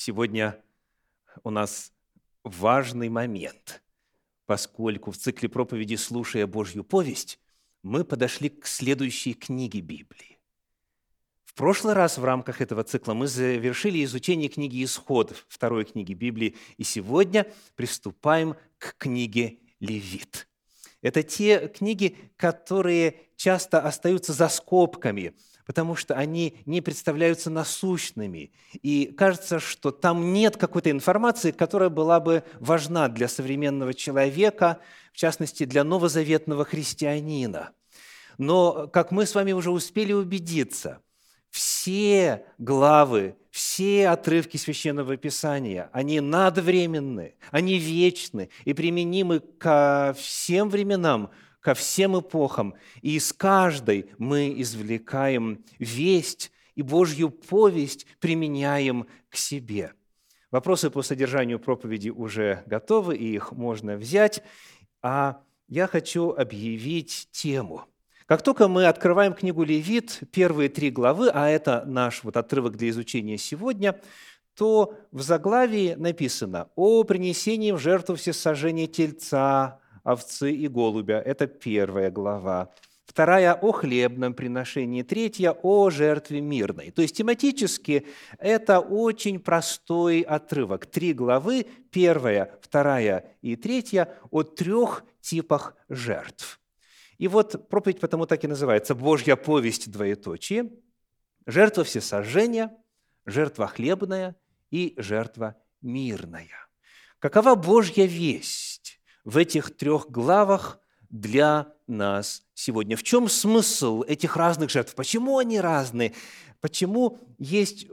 Сегодня у нас важный момент, поскольку в цикле проповеди «Слушая Божью повесть» мы подошли к следующей книге Библии. В прошлый раз в рамках этого цикла мы завершили изучение книги «Исход», второй книги Библии, и сегодня приступаем к книге «Левит». Это те книги, которые часто остаются за скобками, потому что они не представляются насущными. И кажется, что там нет какой-то информации, которая была бы важна для современного человека, в частности, для новозаветного христианина. Но, как мы с вами уже успели убедиться, все главы, все отрывки Священного Писания, они надвременны, они вечны и применимы ко всем временам, ко всем эпохам. И из каждой мы извлекаем весть и Божью повесть применяем к себе. Вопросы по содержанию проповеди уже готовы, и их можно взять. А я хочу объявить тему. Как только мы открываем книгу Левит, первые 3 главы, а это наш отрывок для изучения сегодня, то в заглавии написано «О принесении в жертву всесожжения тельца, овцы и голубя». Это 1 глава. 2 – о хлебном приношении. 3 – о жертве мирной. То есть тематически это очень простой отрывок. 3 главы, 1, 2 и 3 о 3 типах жертв. И вот проповедь потому так и называется «Божья повесть, двоеточие», жертва всесожжения, жертва хлебная и жертва мирная. Какова Божья весть в этих 3 главах для нас сегодня? В чем смысл этих разных жертв? Почему они разные? Почему есть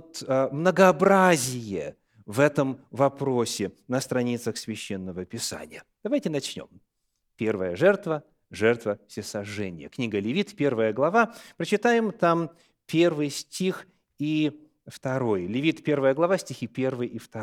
многообразие в этом вопросе на страницах Священного Писания? Давайте начнем. Первая жертва – жертва всесожжения. Книга Левит, 1 глава. Прочитаем там 1 стих и 2. Левит, 1 глава, стихи 1 и 2.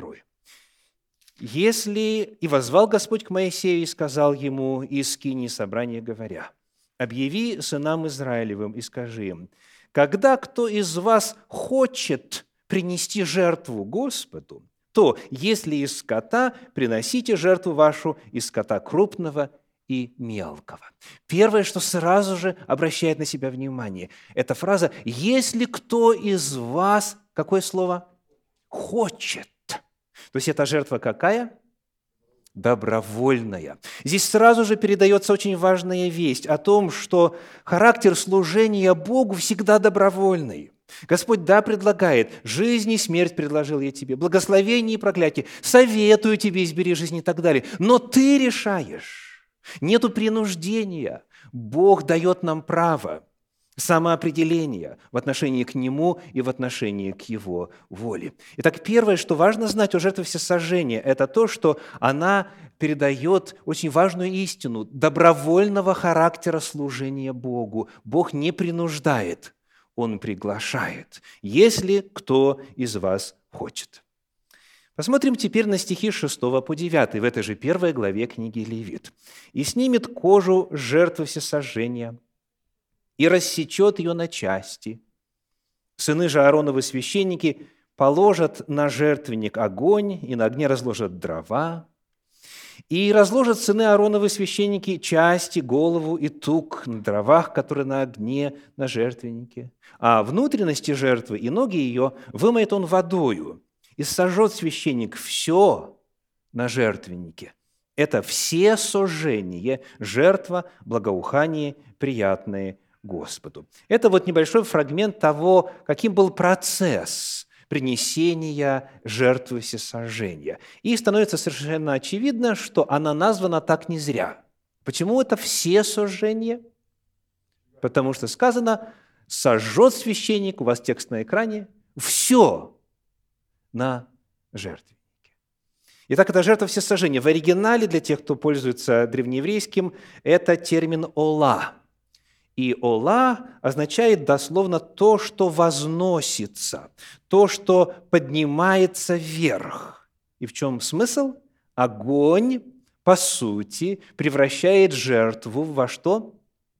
«Если и воззвал Господь к Моисею и сказал ему из скинии собрания, говоря, объяви сынам Израилевым и скажи им, когда кто из вас хочет принести жертву Господу, то, если из скота, приносите жертву вашу из скота крупного и мелкого». Первое, что сразу же обращает на себя внимание, это фраза «если кто из вас…» Какое слово? «Хочет». То есть эта жертва какая? Добровольная. Здесь сразу же передается очень важная весть о том, что характер служения Богу всегда добровольный. Господь, предлагает, жизнь и смерть предложил я тебе, благословение и проклятие, советую тебе, избери жизнь и так далее. Но ты решаешь. Нету принуждения. Бог дает нам право самоопределения в отношении к Нему и в отношении к Его воле. Итак, первое, что важно знать о жертве всесожжения, это то, что она передает очень важную истину добровольного характера служения Богу. Бог не принуждает, Он приглашает, если кто из вас хочет. Посмотрим теперь на стихи 6 по 9 в этой же 1 главе книги Левит. «И снимет кожу жертвы всесожжения, и рассечет ее на части. Сыны же Аароновы священники положат на жертвенник огонь, и на огне разложат дрова. И разложат сыны Аароновы священники части, голову и тук на дровах, которые на огне, на жертвеннике. А внутренности жертвы и ноги ее вымоет он водою, и сожжет священник все на жертвеннике». Это все сожжение, жертва, благоухание, приятное Господу. Это небольшой фрагмент того, каким был процесс принесения жертвы всесожжения. И становится совершенно очевидно, что она названа так не зря. Почему это все сожжения? Потому что сказано, сожжет священник, у вас текст на экране, все на жертвеннике. Итак, это жертва всесожжения. В оригинале, для тех, кто пользуется древнееврейским, это термин «ола». И «ола» означает дословно то, что возносится, то, что поднимается вверх. И в чем смысл? Огонь, по сути, превращает жертву во что?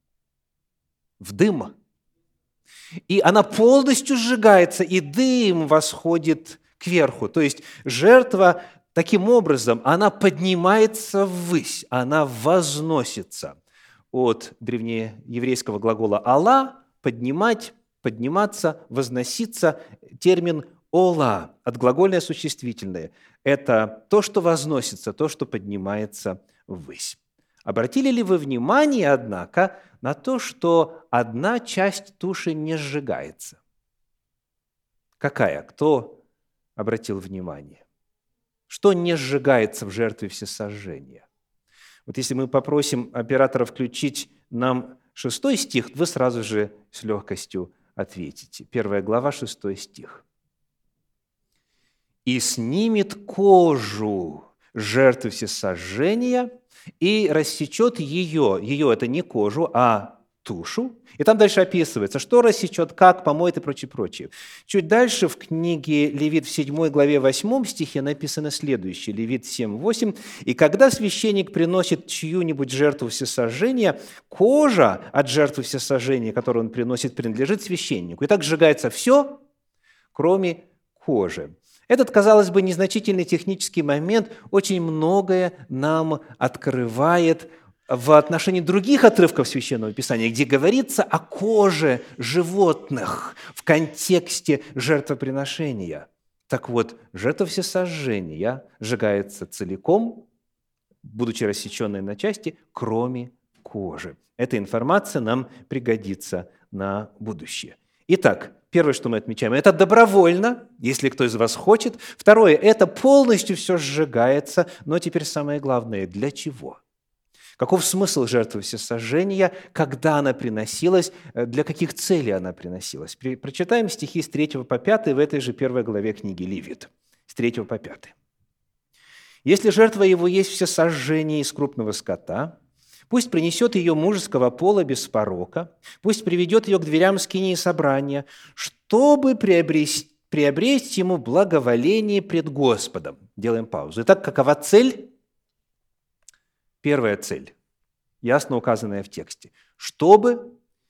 В дым. И она полностью сжигается, и дым восходит к кверху. То есть жертва таким образом, она поднимается ввысь, она возносится. От древнееврейского глагола «ала» – поднимать, подниматься, возноситься. Термин «ола» – отглагольное существительное. Это то, что возносится, то, что поднимается ввысь. Обратили ли вы внимание, однако, на то, что одна часть туши не сжигается? Какая? Кто обратил внимание? Что не сжигается в жертве всесожжения? Вот если мы попросим оператора включить нам 6 стих, вы сразу же с легкостью ответите. 1 глава, 6 стих. «И снимет кожу жертвы всесожжения и рассечет ее». Ее – это не кожу, а тушу. И там дальше описывается, что рассечет, как помоет и прочее, прочее. Чуть дальше в книге Левит в 7 главе 8 стихе написано следующее. Левит 7:8. «И когда священник приносит чью-нибудь жертву всесожжения, кожа от жертвы всесожжения, которую он приносит, принадлежит священнику. И так сжигается все, кроме кожи». Этот, казалось бы, незначительный технический момент очень многое нам открывает в отношении других отрывков Священного Писания, где говорится о коже животных в контексте жертвоприношения. Так вот, жертва всесожжения сжигается целиком, будучи рассеченной на части, кроме кожи. Эта информация нам пригодится на будущее. Итак, первое, что мы отмечаем, это добровольно, если кто из вас хочет. Второе, это полностью все сжигается, но теперь самое главное, для чего? Каков смысл жертвы всесожжения, когда она приносилась, для каких целей она приносилась? Прочитаем стихи с 3 по 5 в этой же 1 главе книги Левит, с 3 по 5. «Если жертва его есть всесожжение из крупного скота, пусть принесет ее мужеского пола без порока, пусть приведет ее к дверям скинии собрания, чтобы приобрести ему благоволение пред Господом». Делаем паузу. Итак, какова цель? Первая цель, ясно указанная в тексте, чтобы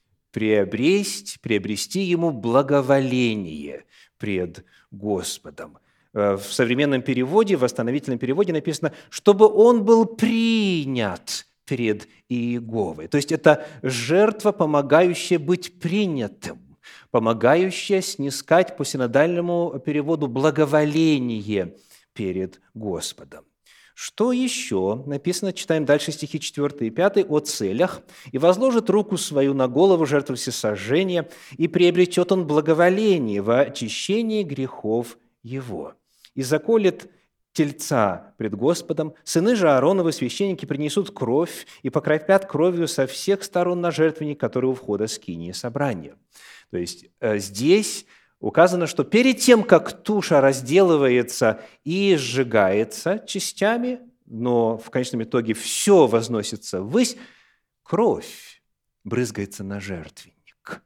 приобрести ему благоволение пред Господом. В современном переводе, в восстановительном переводе написано, чтобы он был принят пред Иеговой. То есть это жертва, помогающая быть принятым, помогающая снискать по синодальному переводу благоволение перед Господом. Что еще написано, читаем дальше стихи 4 и 5, о целях. «И возложит руку свою на голову жертвы всесожжения, и приобретет он благоволение во очищении грехов его. И заколет тельца пред Господом, сыны же Аароновы, священники, принесут кровь и покропят кровью со всех сторон на жертвенник, который у входа скинии собрания». То есть здесь указано, что перед тем, как туша разделывается и сжигается частями, но в конечном итоге все возносится ввысь, кровь брызгается на жертвенник.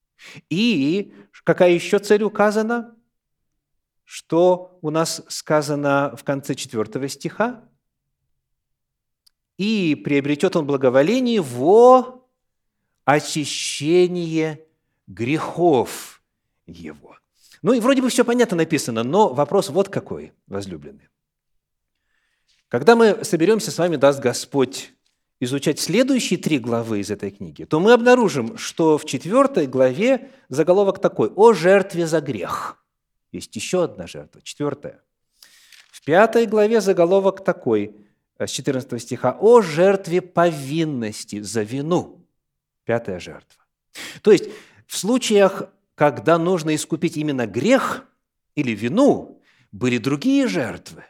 И какая еще цель указана? Что у нас сказано в конце 4 стиха? «И приобретет он благоволение во очищение грехов его». Ну и вроде бы все понятно написано, но вопрос вот какой, возлюбленные. Когда мы соберемся с вами, даст Господь, изучать следующие 3 главы из этой книги, то мы обнаружим, что в 4 главе заголовок такой: «О жертве за грех». Есть еще одна жертва, 4. В 5 главе заголовок такой, с 14 стиха: «О жертве повинности за вину». 5 жертва. То есть в случаях, когда нужно искупить именно грех или вину, были другие жертвы.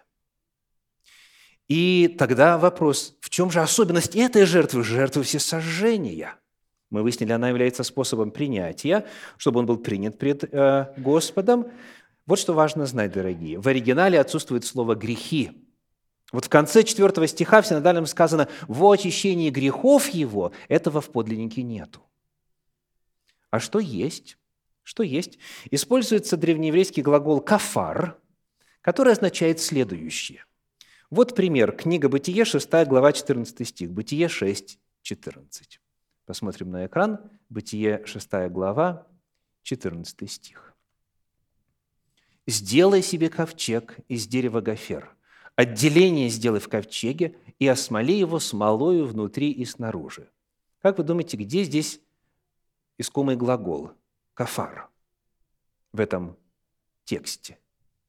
И тогда вопрос, в чем же особенность этой жертвы, жертвы всесожжения? Мы выяснили, она является способом принятия, чтобы он был принят пред Господом. Вот что важно знать, дорогие. В оригинале отсутствует слово «грехи». Вот в конце 4 стиха в синодальном сказано «во очищении грехов его», этого в подлиннике нету. А что есть? Что есть? Используется древнееврейский глагол «кафар», который означает следующее. Вот пример. Книга Бытие, 6 глава, 14 стих. Бытие 6, 14. Посмотрим на экран. Бытие, 6 глава, 14 стих. сделай себе ковчег из дерева гофер. Отделение сделай в ковчеге и осмоли его смолою внутри и снаружи». Как вы думаете, где здесь искомый глагол «кафар» в этом тексте?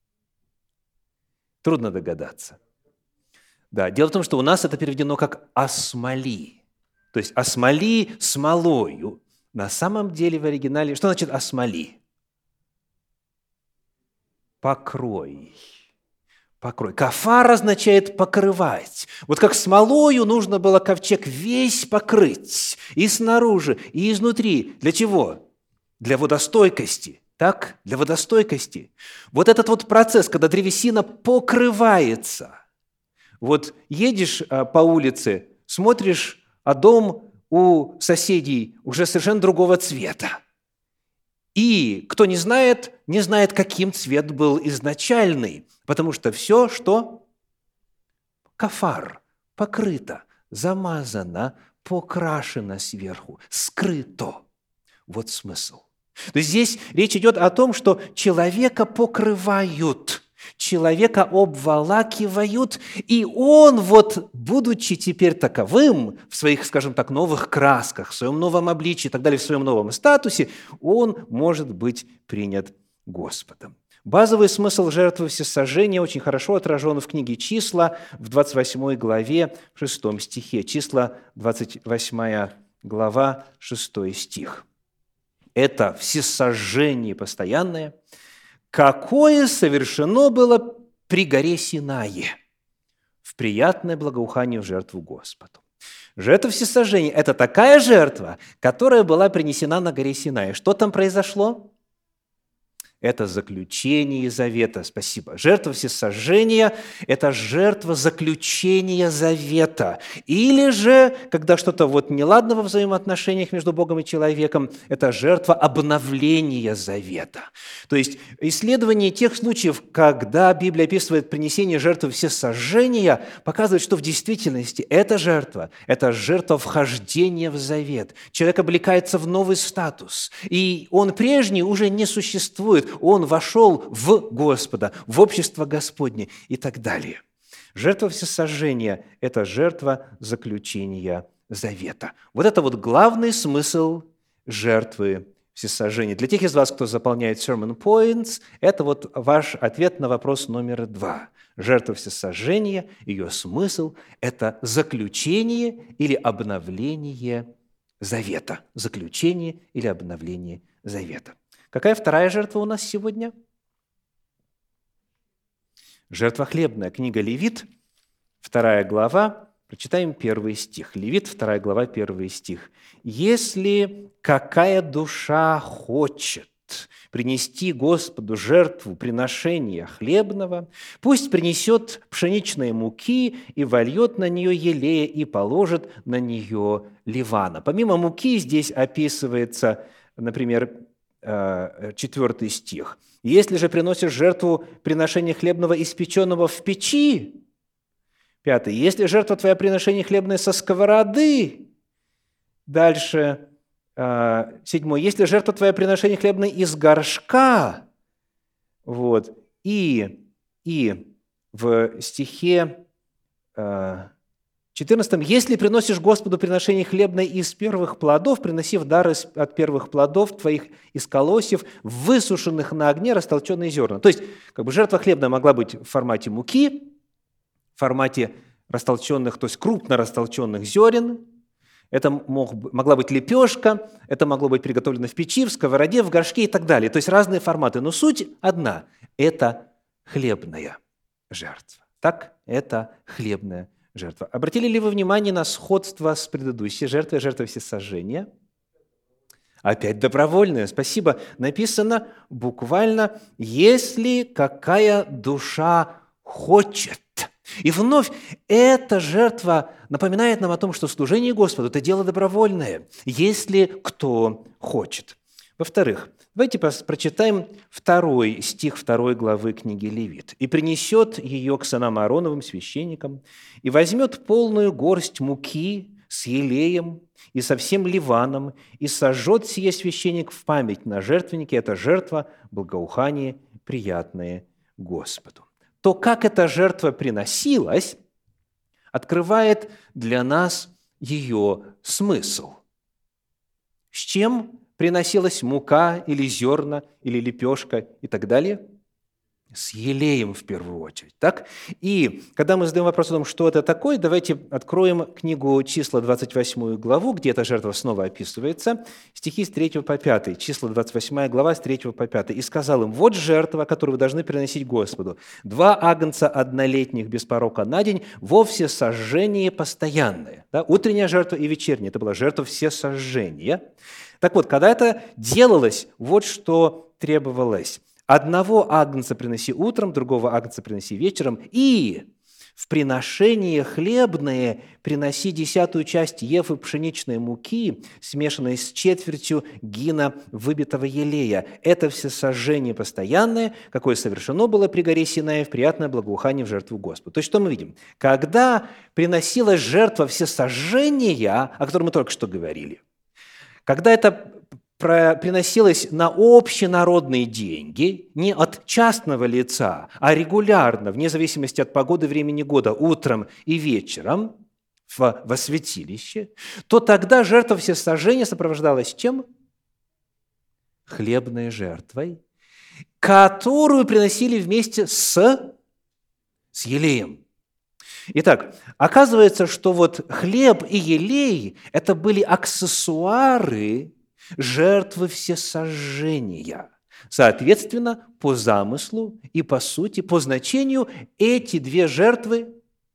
Трудно догадаться. Да, дело в том, что у нас это переведено как «осмоли». То есть «осмоли смолою». На самом деле в оригинале что значит «осмоли»? Покрой. Покрой. Кафар означает покрывать. Вот как смолою нужно было ковчег весь покрыть. И снаружи, и изнутри. Для чего? Для водостойкости. Так? Для водостойкости. Вот этот вот процесс, когда древесина покрывается. Вот едешь по улице, смотришь, а дом у соседей уже совершенно другого цвета. И кто не знает, каким цвет был изначальный, потому что все, что кафар, покрыто, замазано, покрашено сверху, скрыто. Вот смысл. То есть здесь речь идет о том, что человека покрывают, человека обволакивают, и он, вот, будучи теперь таковым в своих, скажем так, новых красках, в своем новом обличии и так далее, в своем новом статусе, он может быть принят Господом. Базовый смысл жертвы всесожжения очень хорошо отражен в книге «Числа» в 28 главе, 6 стихе. Числа, 28 глава, 6 стих. Это всесожжение постоянное, какое совершено было при горе Синае, в приятное благоухание в жертву Господу. Жертва всесожжения – это такая жертва, которая была принесена на горе Синае. Что там произошло? Это заключение завета. Спасибо. Жертва всесожжения – это жертва заключения завета. Или же, когда что-то вот неладно во взаимоотношениях между Богом и человеком, это жертва обновления завета. То есть исследование тех случаев, когда Библия описывает принесение жертвы всесожжения, показывает, что в действительности эта жертва вхождения в завет. Человек облекается в новый статус, и он прежний уже не существует. Он вошел в Господа, в общество Господне и так далее. Жертва всесожжения – это жертва заключения завета. Вот это вот главный смысл жертвы всесожжения. Для тех из вас, кто заполняет sermon points, это вот ваш ответ на вопрос номер 2. Жертва всесожжения, ее смысл – это заключение или обновление завета. Заключение или обновление завета. Какая вторая жертва у нас сегодня? Жертва хлебная. Книга Левит, 2 глава, прочитаем 1 стих. Левит, 2 глава, 1 стих. «Если какая душа хочет принести Господу жертву приношения хлебного, пусть принесет пшеничной муки и вольет на нее елея и положит на нее ливана». Помимо муки здесь описывается, например, 4 стих. «Если же приносишь жертву приношения хлебного, испеченного в печи». 5. «Если жертва твоя приношение хлебное со сковороды». Дальше 7. «Если жертва твоя приношение хлебное из горшка». Вот. И в стихе 14. «Если приносишь Господу приношение хлебное из первых плодов, приносив дар от первых плодов твоих из колосьев, высушенных на огне растолченные зерна». То есть, жертва хлебная могла быть в формате муки, в формате растолченных, то есть крупно растолченных зерен. Это могла быть лепешка, это могло быть приготовлено в печи, в сковороде, в горшке и так далее. То есть разные форматы. Но суть одна – это хлебная жертва. Так, это хлебная жертва. Обратили ли вы внимание на сходство с предыдущей жертвой всесожжения? Опять добровольная, спасибо. Написано буквально «если какая душа хочет». И вновь эта жертва напоминает нам о том, что служение Господу – это дело добровольное, если кто хочет. Во-вторых, давайте прочитаем 2 стих 2 главы книги Левит. «И принесет ее к сынам Аароновым, священникам, и возьмет полную горсть муки с елеем и со всем ливаном, и сожжет сие священник в память на жертвеннике». Это жертва благоухания приятное Господу. То, как эта жертва приносилась, открывает для нас ее смысл. С чем приносилась мука или зерна, или лепешка и так далее? С елеем в первую очередь. Так? И когда мы задаем вопрос о том, что это такое, давайте откроем книгу «Числа», 28 главу, где эта жертва снова описывается, стихи с 3 по 5, числа 28 глава, с 3 по 5. «И сказал им: вот жертва, которую вы должны приносить Господу. 2 агнца однолетних без порока на день, во всесожжение постоянное». Да? Утренняя жертва и вечерняя – это была жертва всесожжения. Так вот, когда это делалось, вот что требовалось. Одного агнца приноси утром, другого агнца приноси вечером, и в приношение хлебное приноси 10 часть ефы пшеничной муки, смешанной с четвертью гина выбитого елея. Это всесожжение постоянное, какое совершено было при горе Синае в приятное благоухание в жертву Господу. То есть, что мы видим? Когда приносилась жертва всесожжения, о котором мы только что говорили, когда это приносилось на общенародные деньги, не от частного лица, а регулярно, вне зависимости от погоды, времени года, утром и вечером во святилище, то тогда жертва всесожжения сопровождалась чем? Хлебной жертвой, которую приносили вместе с елеем. Итак, оказывается, что вот хлеб и елей – это были аксессуары жертвы всесожжения. Соответственно, по замыслу и по сути, по значению эти две жертвы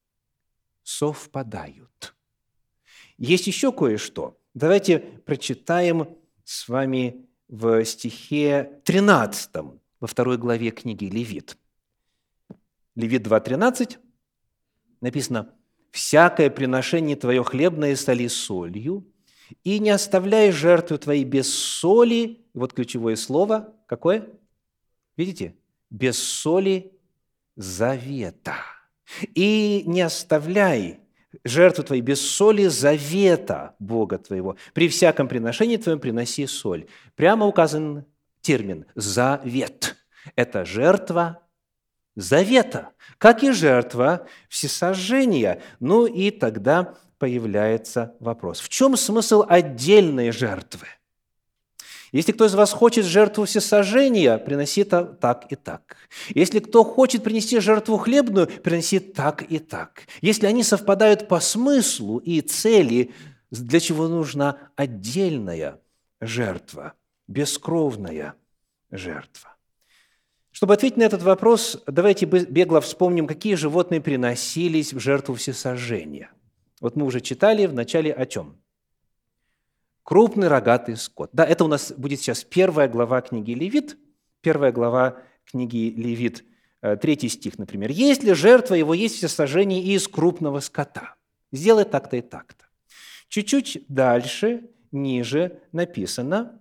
совпадают. Есть еще кое-что. Давайте прочитаем с вами в стихе 13, во 2 главе книги Левит. Левит 2:13 написано: «Всякое приношение твое хлебное соли солью, и не оставляй жертву твоей без соли». Вот ключевое слово. Какое? Видите? Без соли завета. «И не оставляй жертву твоей без соли завета Бога твоего. При всяком приношении твоем приноси соль». Прямо указан термин «завет». Это жертва завета, как и жертва всесожжения. Ну и тогда появляется вопрос: в чем смысл отдельной жертвы? Если кто из вас хочет жертву всесожжения, приноси это так и так. Если кто хочет принести жертву хлебную, приноси так и так. Если они совпадают по смыслу и цели, для чего нужна отдельная жертва, бескровная жертва? Чтобы ответить на этот вопрос, давайте бегло вспомним, какие животные приносились в жертву всесожжения. Вот мы уже читали в начале о чем? Крупный рогатый скот. Да, это у нас будет сейчас 1 глава книги Левит, 1 глава книги Левит, 3 стих, например. «Если жертва его есть всесожжение из крупного скота, сделай так-то и так-то». Чуть-чуть дальше, ниже написано,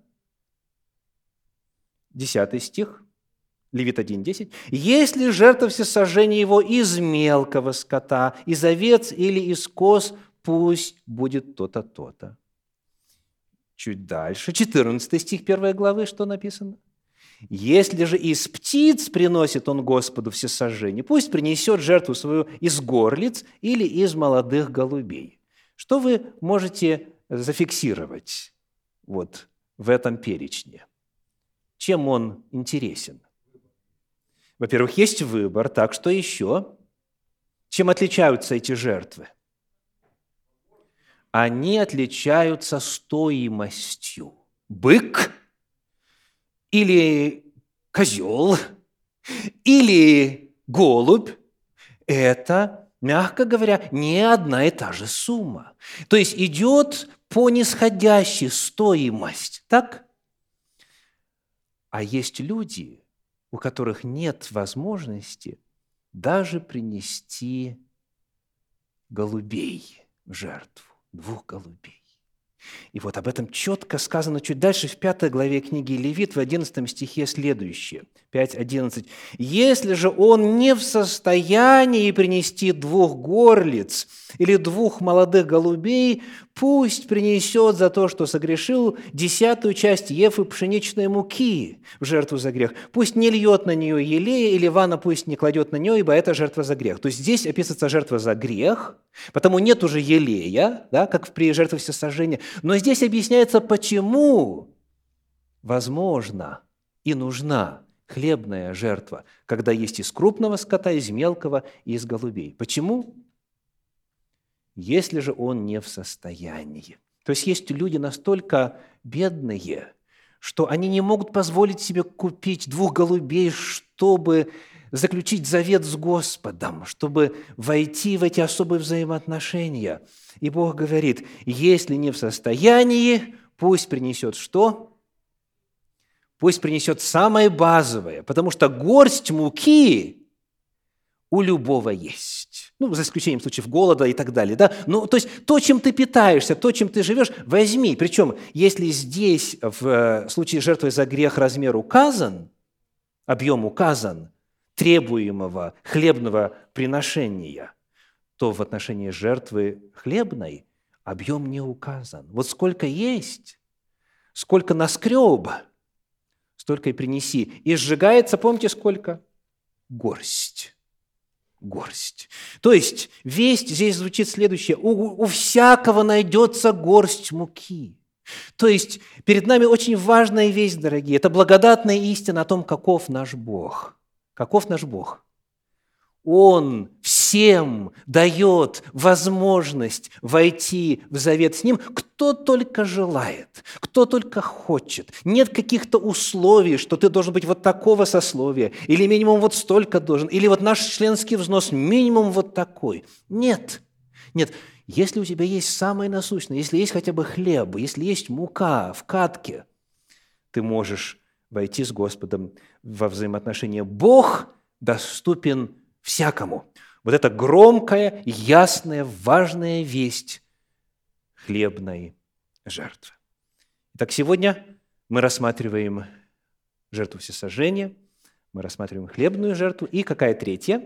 10 стих, Левит 1:10. «Если жертва всесожжения его из мелкого скота, из овец или из коз, пусть будет то-то, то-то». Чуть дальше, 14 стих 1 главы, что написано? «Если же из птиц приносит он Господу всесожжение, пусть принесет жертву свою из горлиц или из молодых голубей». Что вы можете зафиксировать вот в этом перечне? Чем он интересен? Во-первых, есть выбор. Так, что еще? Чем отличаются эти жертвы? Они отличаются стоимостью. Бык или козел или голубь – это, мягко говоря, не одна и та же сумма. То есть идет по нисходящей стоимость, так? А есть люди, у которых нет возможности даже принести голубей в жертву, 2 голубей. И вот об этом четко сказано чуть дальше в 5 главе книги Левит, в 11 стихе следующее, 5:11. «Если же он не в состоянии принести 2 горлиц Или 2 молодых голубей пусть принесет за то, что согрешил, 10 часть ефы пшеничной муки в жертву за грех. Пусть не льет на нее елея, или вана пусть не кладет на нее, ибо это жертва за грех. То есть здесь описывается жертва за грех, потому нет уже елея, да, как при жертве всесожжения. Но здесь объясняется, почему возможно и нужна хлебная жертва, когда есть из крупного скота, из мелкого и из голубей. Почему? Если же он не в состоянии. То есть есть люди настолько бедные, что они не могут позволить себе купить 2 голубей, чтобы заключить завет с Господом, чтобы войти в эти особые взаимоотношения. И Бог говорит, если не в состоянии, пусть принесет что? Пусть принесет самое базовое, потому что горсть муки у любого есть. Ну, за исключением случаев голода и так далее. Да? Ну, то есть то, чем ты питаешься, то, чем ты живешь, возьми. Причем, если здесь в случае жертвы за грех размер указан, объем указан, требуемого хлебного приношения, то в отношении жертвы хлебной объем не указан. Вот сколько есть, сколько наскреб, столько и принеси. И сжигается, помните, сколько? Горсть. Горсть. То есть весть здесь звучит следующее. У всякого найдется горсть муки. То есть перед нами очень важная весть, дорогие. Это благодатная истина о том, каков наш Бог. Каков наш Бог? Он всем дает возможность войти в завет с Ним, кто только желает, кто только хочет. Нет каких-то условий, что ты должен быть вот такого сословия, или минимум вот столько должен, или вот наш членский взнос минимум вот такой. Нет, нет. Если у тебя есть самое насущное, если есть хотя бы хлеб, если есть мука в катке, ты можешь войти с Господом во взаимоотношения. Бог доступен всякому. Вот это громкая, ясная, важная весть хлебной жертвы. Итак, сегодня мы рассматриваем жертву всесожжения, мы рассматриваем хлебную жертву. И какая третья?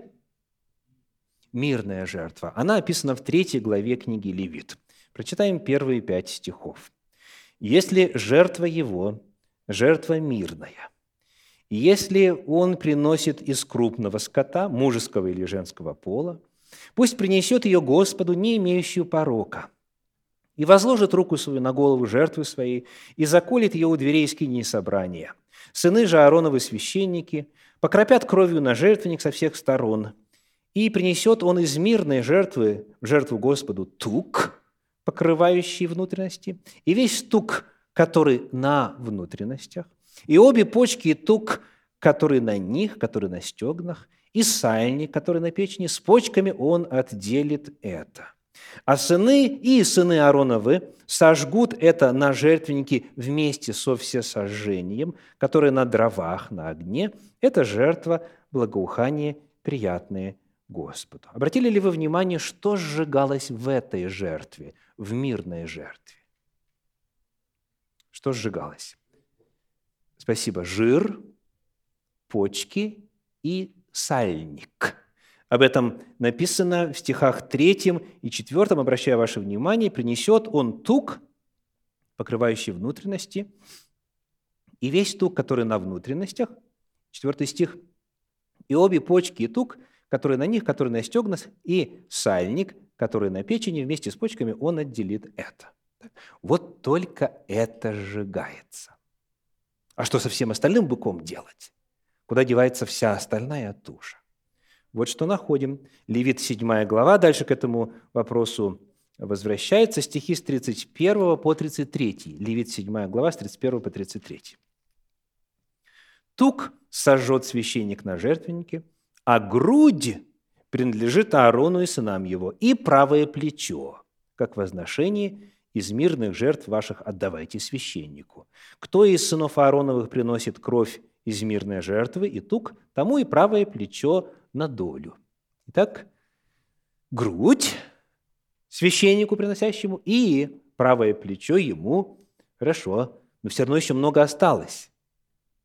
Мирная жертва. Она описана в 3 главе книги Левит. Прочитаем первые 5 стихов. «Если жертва его, жертва мирная, если он приносит из крупного скота, мужеского или женского пола, пусть принесет ее Господу, не имеющую порока, и возложит руку свою на голову жертвы своей, и заколет ее у дверей скинии собрания. Сыны же Аароновы священники покропят кровью на жертвенник со всех сторон, и принесет он из мирной жертвы в жертву Господу тук, покрывающий внутренности, и весь тук, который на внутренностях, и обе почки и тук, который на них, который на стегнах, и сальник, который на печени, с почками он отделит это. А сыны Аароновы сожгут это на жертвеннике вместе со всесожжением, которое на дровах, на огне. Это жертва благоухания, приятное Господу. Обратили ли вы внимание, что сжигалось в этой жертве, в мирной жертве? Что сжигалось? Спасибо. Жир, почки и сальник. Об этом написано в стихах 3 и 4. Обращаю ваше внимание, принесет он тук, покрывающий внутренности, и весь тук, который на внутренностях, 4 стих, и обе почки и тук, который на них, который на стегнах, и сальник, который на печени, вместе с почками он отделит это. Вот только это сжигается. А что со всем остальным быком делать? Куда девается вся остальная туша? Вот что находим. Левит 7 глава, дальше к этому вопросу возвращается, стихи с 31 по 33. Левит 7 глава, с 31 по 33. «Тук сожжет священник на жертвеннике, а грудь принадлежит Аарону и сынам его, и правое плечо, как возношение из мирных жертв ваших отдавайте священнику. Кто из сынов Аароновых приносит кровь из мирной жертвы и тук, тому и правое плечо на долю». Итак, грудь священнику приносящему и правое плечо ему. Хорошо, но все равно еще много осталось.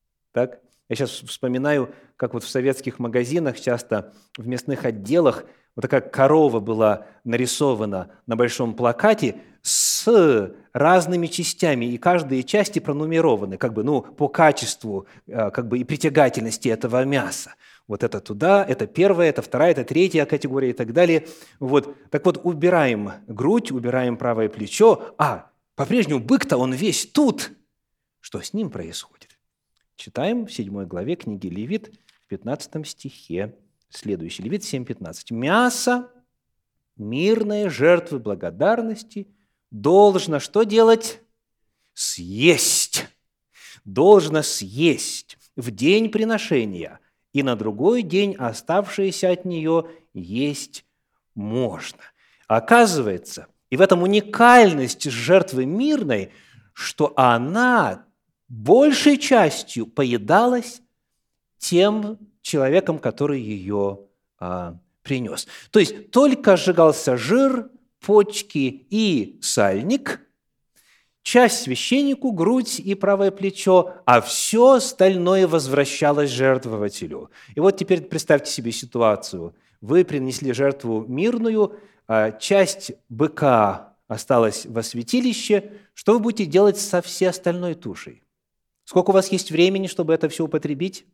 Так? Я сейчас вспоминаю, как вот в советских магазинах часто в мясных отделах Вот такая корова была нарисована на большом плакате с разными частями, и каждые части пронумерованы, по качеству, и притягательности этого мяса. Вот это туда, это первая, это вторая, это третья категория и так далее. Так вот, убираем грудь, убираем правое плечо, по-прежнему бык-то он весь тут. Что с ним происходит? Читаем в 7 главе книги Левит, в 15 стихе, следующий. Левит 7:15. «Мясо, мирные жертвы благодарности должно что делать? Съесть. Должно съесть в день приношения, и на другой день оставшееся от нее есть можно». Оказывается, и в этом уникальность жертвы мирной, что она большей частью поедалась тем человеком, который ее принес. То есть только сжигался жир, почки и сальник, часть священнику, грудь и правое плечо, а все остальное возвращалось жертвователю. И вот теперь представьте себе ситуацию. Вы принесли жертву мирную, часть быка осталась во святилище. Что вы будете делать со всей остальной тушей? Сколько у вас есть времени, чтобы это все употребить?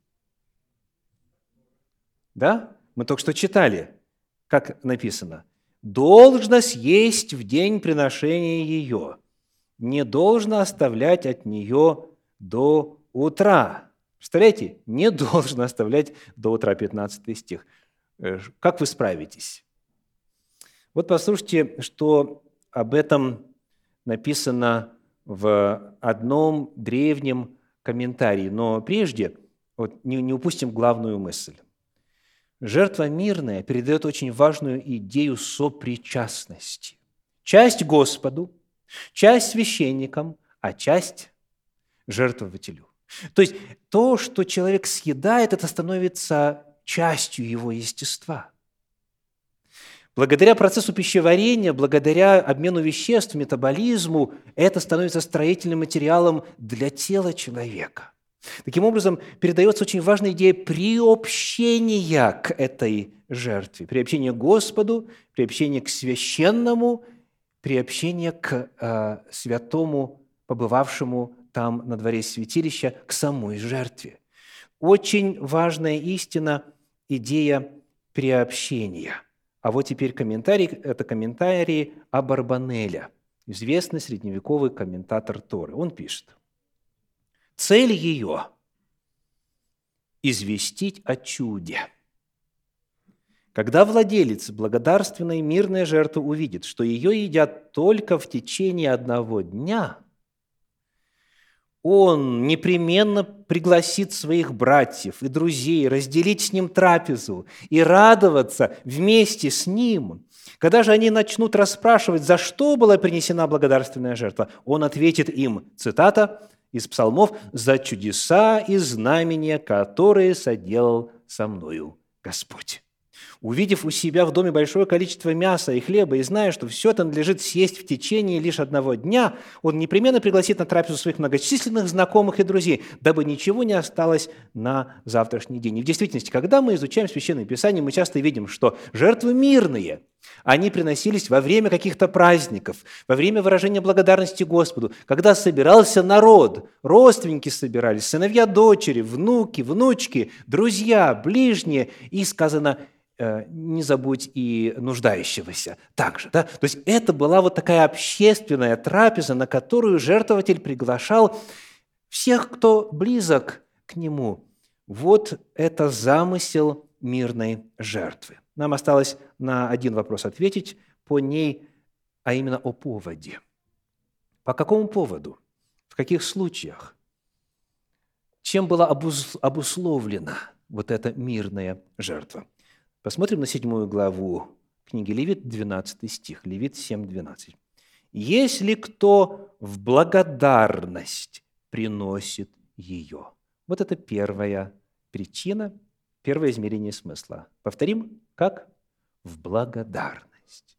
Да? Мы только что читали, как написано. «Должно съесть в день приношения ее, не должно оставлять от нее до утра». Представляете? Не должно оставлять до утра, 15 стих. Как вы справитесь? Вот послушайте, что об этом написано в одном древнем комментарии. Но прежде не упустим главную мысль. Жертва мирная передает очень важную идею сопричастности. Часть Господу, часть священникам, а часть жертвователю. То есть то, что человек съедает, это становится частью его естества. Благодаря процессу пищеварения, благодаря обмену веществ, метаболизму, это становится строительным материалом для тела человека. Таким образом, передается очень важная идея приобщения к этой жертве, приобщения к Господу, приобщения к священному, приобщения к святому, побывавшему там на дворе святилища, к самой жертве. Очень важная истина – идея приобщения. А вот теперь комментарий, это комментарий Абарбанеля, известный средневековый комментатор Торы. Он пишет: «Цель ее – известить о чуде. Когда владелец благодарственной мирной жертвы увидит, что ее едят только в течение одного дня, он непременно пригласит своих братьев и друзей разделить с ним трапезу и радоваться вместе с ним. Когда же они начнут расспрашивать, за что была принесена благодарственная жертва, он ответит им, цитата из Псалмов, «За чудеса и знамения, которые соделал со мною Господь». Увидев у себя в доме большое количество мяса и хлеба и зная, что все это надлежит съесть в течение лишь одного дня, он непременно пригласит на трапезу своих многочисленных знакомых и друзей, дабы ничего не осталось на завтрашний день. И в действительности, когда мы изучаем Священное Писание, мы часто видим, что жертвы мирные, они приносились во время каких-то праздников, во время выражения благодарности Господу, когда собирался народ, родственники собирались, сыновья, дочери, внуки, внучки, друзья, ближние, и сказано – не забудь и нуждающегося также. Да? То есть это была вот такая общественная трапеза, на которую жертвователь приглашал всех, кто близок к нему. Вот это замысел мирной жертвы. Нам осталось на один вопрос ответить по ней, а именно о поводе. По какому поводу? В каких случаях? Чем была обусловлена вот эта мирная жертва? Посмотрим на 7 главу книги Левит, 12 стих, Левит 7:12. «Если кто в благодарность приносит ее». Вот это первая причина, первое измерение смысла. Повторим, как? В благодарность.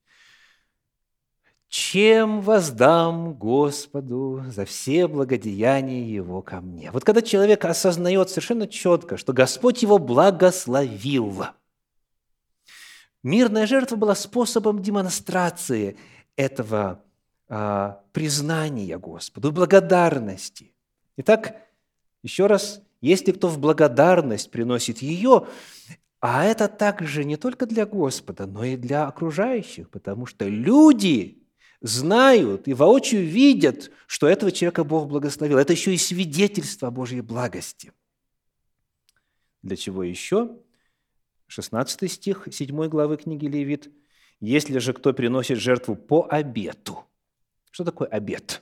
«Чем воздам Господу за все благодеяния Его ко мне». Вот когда человек осознает совершенно четко, что Господь его благословил, Мирная жертва была способом демонстрации этого признания Господу, благодарности. Итак, еще раз, если кто в благодарность приносит ее, а это также не только для Господа, но и для окружающих, потому что люди знают и воочию видят, что этого человека Бог благословил. Это еще и свидетельство о Божьей благости. Для чего еще? 16 стих 7 главы книги Левит. «Если же кто приносит жертву по обету». Что такое обет?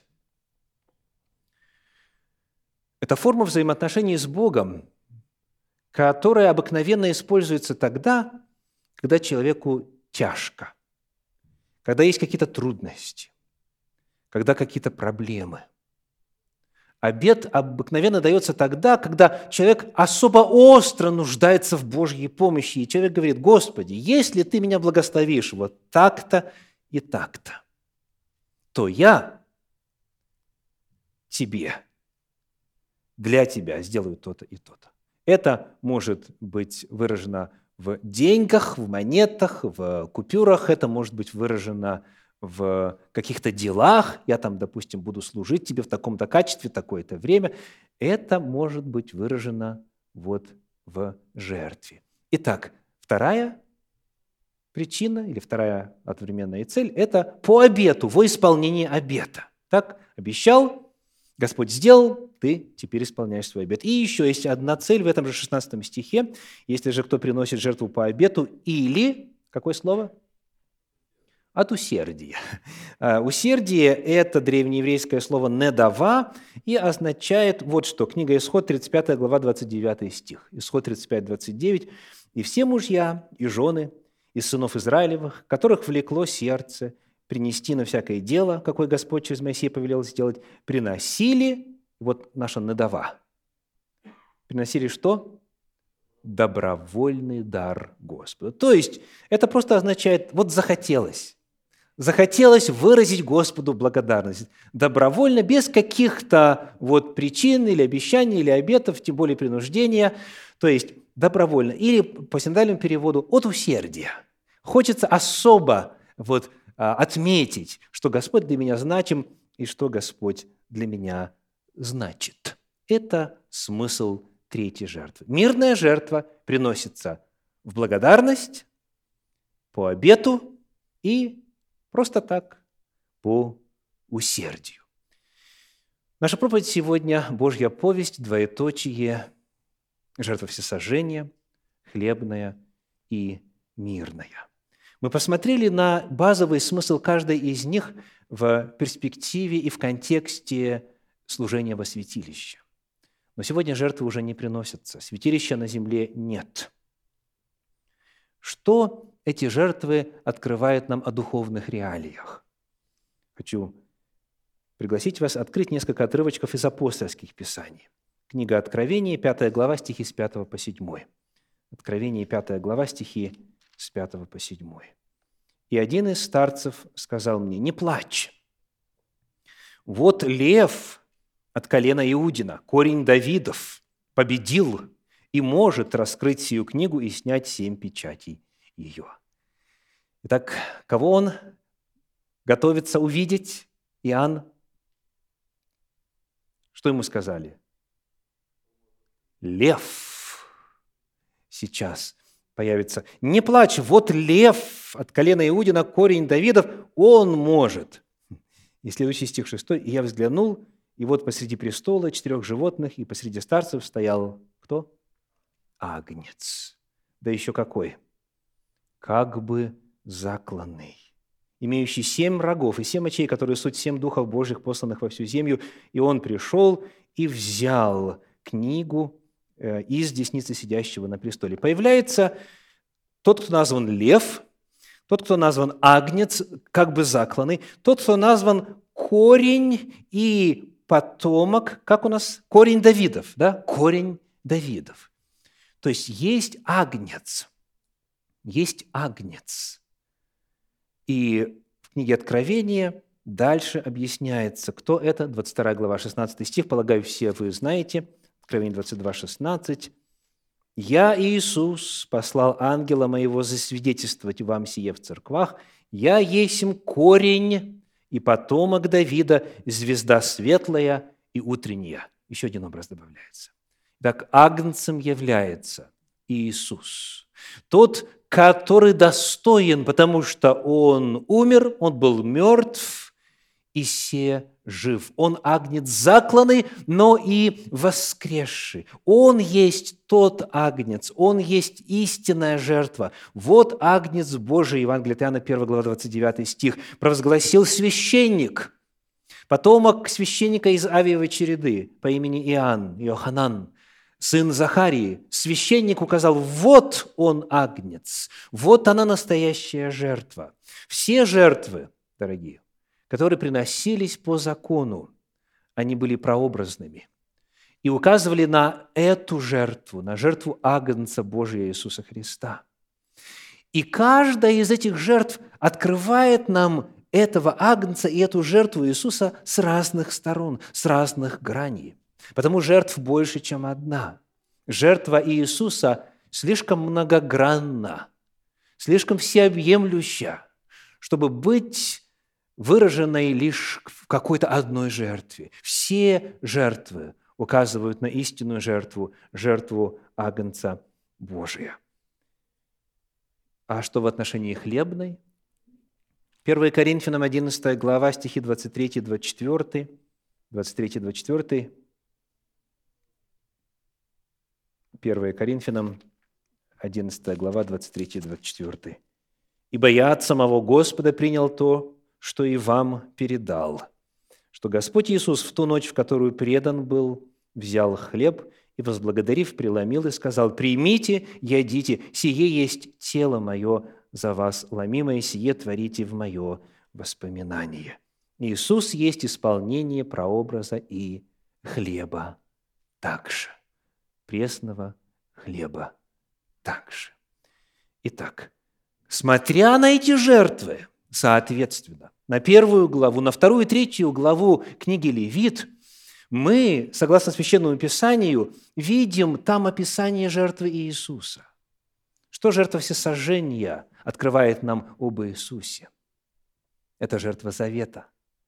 Это форма взаимоотношений с Богом, которая обыкновенно используется тогда, когда человеку тяжко, когда есть какие-то трудности, когда какие-то проблемы. Обет обыкновенно дается тогда, когда человек особо остро нуждается в Божьей помощи, и человек говорит: «Господи, если Ты меня благословишь вот так-то и так-то, то я Тебе, для Тебя сделаю то-то и то-то». Это может быть выражено в деньгах, в монетах, в купюрах, это может быть выражено в каких-то делах, я там, допустим, буду служить тебе в таком-то качестве, такое-то время, это может быть выражено вот в жертве. Итак, вторая причина или вторая одновременная цель – это по обету, во исполнение обета. Так, обещал, Господь сделал, ты теперь исполняешь свой обет. И еще есть одна цель в этом же 16 стихе. «Если же кто приносит жертву по обету или…» Какое слово? От усердия. Усердие – это древнееврейское слово «недава» и означает вот что. Книга Исход, 35 глава, 29 стих. Исход 35, 29. «И все мужья и жены из сынов Израилевых, которых влекло сердце принести на всякое дело, какое Господь через Моисея повелел сделать, приносили…» Вот наша «недава». Приносили что? Добровольный дар Господу. То есть это просто означает, вот захотелось. Захотелось выразить Господу благодарность. Добровольно, без каких-то вот причин или обещаний, или обетов, тем более принуждения. То есть добровольно. Или по синодальному переводу от усердия. Хочется особо вот отметить, что Господь для меня значим и что Господь для меня значит. Это смысл третьей жертвы. Мирная жертва приносится в благодарность, по обету и просто так, по усердию. Наша проповедь сегодня – Божья повесть, двоеточие, жертва всесожжения, хлебная и мирная. Мы посмотрели на базовый смысл каждой из них в перспективе и в контексте служения во святилище. Но сегодня жертвы уже не приносятся, святилища на земле нет. Что эти жертвы открывают нам о духовных реалиях? Хочу пригласить вас открыть несколько отрывочков из апостольских писаний. Книга Откровения, 5 глава, стихи с 5 по 7. Откровение, 5 глава, стихи с 5 по 7. «И один из старцев сказал мне: не плачь. Вот лев от колена Иудина, корень Давидов, победил и может раскрыть сию книгу и снять 7 печатей ее». Итак, кого он готовится увидеть? Иоанн. Что ему сказали? Лев сейчас появится. Не плачь, вот лев от колена Иудина, корень Давидов, он может. И следующий стих 6. «И я взглянул, и вот посреди престола 4 животных, и посреди старцев стоял кто? Агнец. Да еще какой? Как бы закланный, имеющий 7 рогов и 7 очей, которые суть 7 духов Божьих, посланных во всю землю. И он пришел и взял книгу из десницы сидящего на престоле». Появляется тот, кто назван лев, тот, кто назван агнец, как бы закланный, тот, кто назван корень и потомок, как у нас? Корень Давидов, да? Корень Давидов. То есть есть агнец. Есть агнец. И в книге Откровения дальше объясняется, кто это. 22 глава, 16 стих, полагаю, все вы знаете. Откровение 22, 16. «Я, Иисус, послал ангела моего засвидетельствовать вам сие в церквах. Я есмь корень и потомок Давида, звезда светлая и утренняя». Еще один образ добавляется. Так, агнцем является Иисус. Тот, который достоин, потому что Он умер, Он был мертв, и се жив. Он агнец закланный, но и воскресший. Он есть тот агнец, Он есть истинная жертва. Вот агнец Божий, Евангелие от Иоанна, 1 глава, 29 стих, провозгласил священник, потомок священника из Авиевой череды по имени Иоханан, сын Захарии. Священник указал: вот он агнец, вот она настоящая жертва. Все жертвы, дорогие, которые приносились по закону, они были прообразными и указывали на эту жертву, на жертву агнца Божия Иисуса Христа. И каждая из этих жертв открывает нам этого агнца и эту жертву Иисуса с разных сторон, с разных граней. Потому жертв больше, чем одна. Жертва Иисуса слишком многогранна, слишком всеобъемлюща, чтобы быть выраженной лишь в какой-то одной жертве. Все жертвы указывают на истинную жертву, жертву агнца Божия. А что в отношении хлебной? 1 Коринфянам 11 глава, стихи 23-24. 23-24. 1 Коринфянам 11 глава, 23-24. «Ибо я от самого Господа принял то, что и вам передал, что Господь Иисус в ту ночь, в которую предан был, взял хлеб и, возблагодарив, преломил и сказал: примите, ядите, сие есть тело мое за вас ломимое, сие творите в мое воспоминание». Иисус есть исполнение прообраза и хлеба также, пресного хлеба также. Итак, смотря на эти жертвы, соответственно, на 1 главу, на 2 и 3 главу книги Левит, мы, согласно Священному Писанию, видим там описание жертвы Иисуса. Что жертва всесожжения открывает нам об Иисусе? Это жертва завета.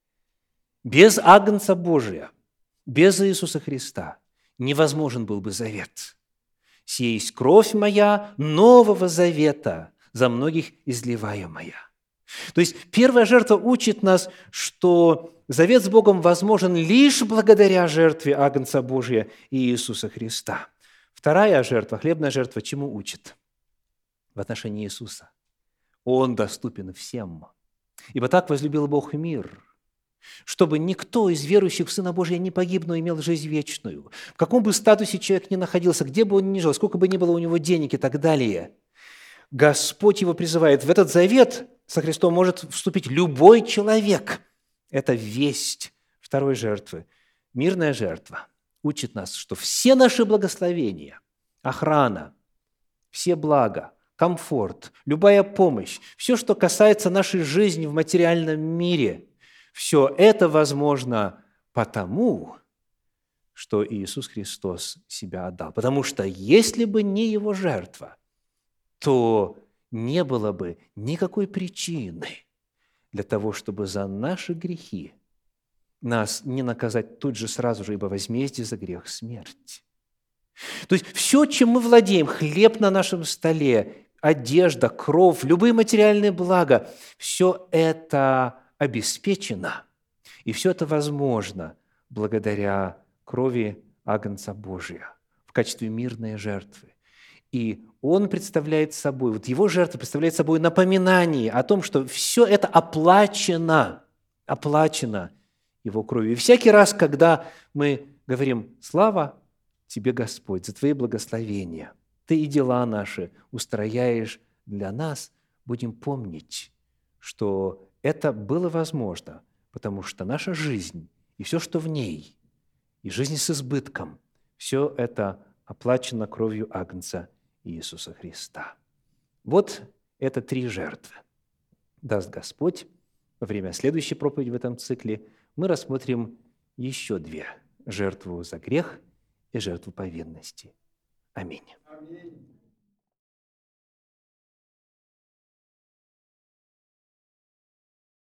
Без агнца Божия, без Иисуса Христа невозможен был бы завет. «Сие есть кровь моя нового завета, за многих изливаемая». То есть первая жертва учит нас, что завет с Богом возможен лишь благодаря жертве агнца Божия и Иисуса Христа. Вторая жертва, хлебная жертва, чему учит в отношении Иисуса? Он доступен всем. «Ибо так возлюбил Бог мир, чтобы никто из верующих в Сына Божия не погиб, но имел жизнь вечную». В каком бы статусе человек ни находился, где бы он ни жил, сколько бы ни было у него денег и так далее, Господь его призывает. В этот завет со Христом может вступить любой человек. Это весть второй жертвы. Мирная жертва учит нас, что все наши благословения, охрана, все блага, комфорт, любая помощь, все, что касается нашей жизни в материальном мире, все это возможно потому, что Иисус Христос себя отдал. Потому что если бы не Его жертва, то не было бы никакой причины для того, чтобы за наши грехи нас не наказать тут же сразу же, ибо возмездие за грех – смерть. То есть все, чем мы владеем, хлеб на нашем столе, одежда, кровь, любые материальные блага, все это обеспечено, и все это возможно благодаря крови агнца Божия в качестве мирной жертвы. И он представляет собой, вот его жертва представляет собой напоминание о том, что все это оплачено его кровью. И всякий раз, когда мы говорим: «Слава Тебе, Господь, за Твои благословения, Ты и дела наши устрояешь для нас», будем помнить, что это было возможно, потому что наша жизнь и все, что в ней, и жизнь с избытком, все это оплачено кровью агнца Иисуса Христа. Вот это 3 жертвы. Даст Господь, во время следующей проповеди в этом цикле мы рассмотрим еще 2 – жертву за грех и жертву повинности. Аминь. Аминь.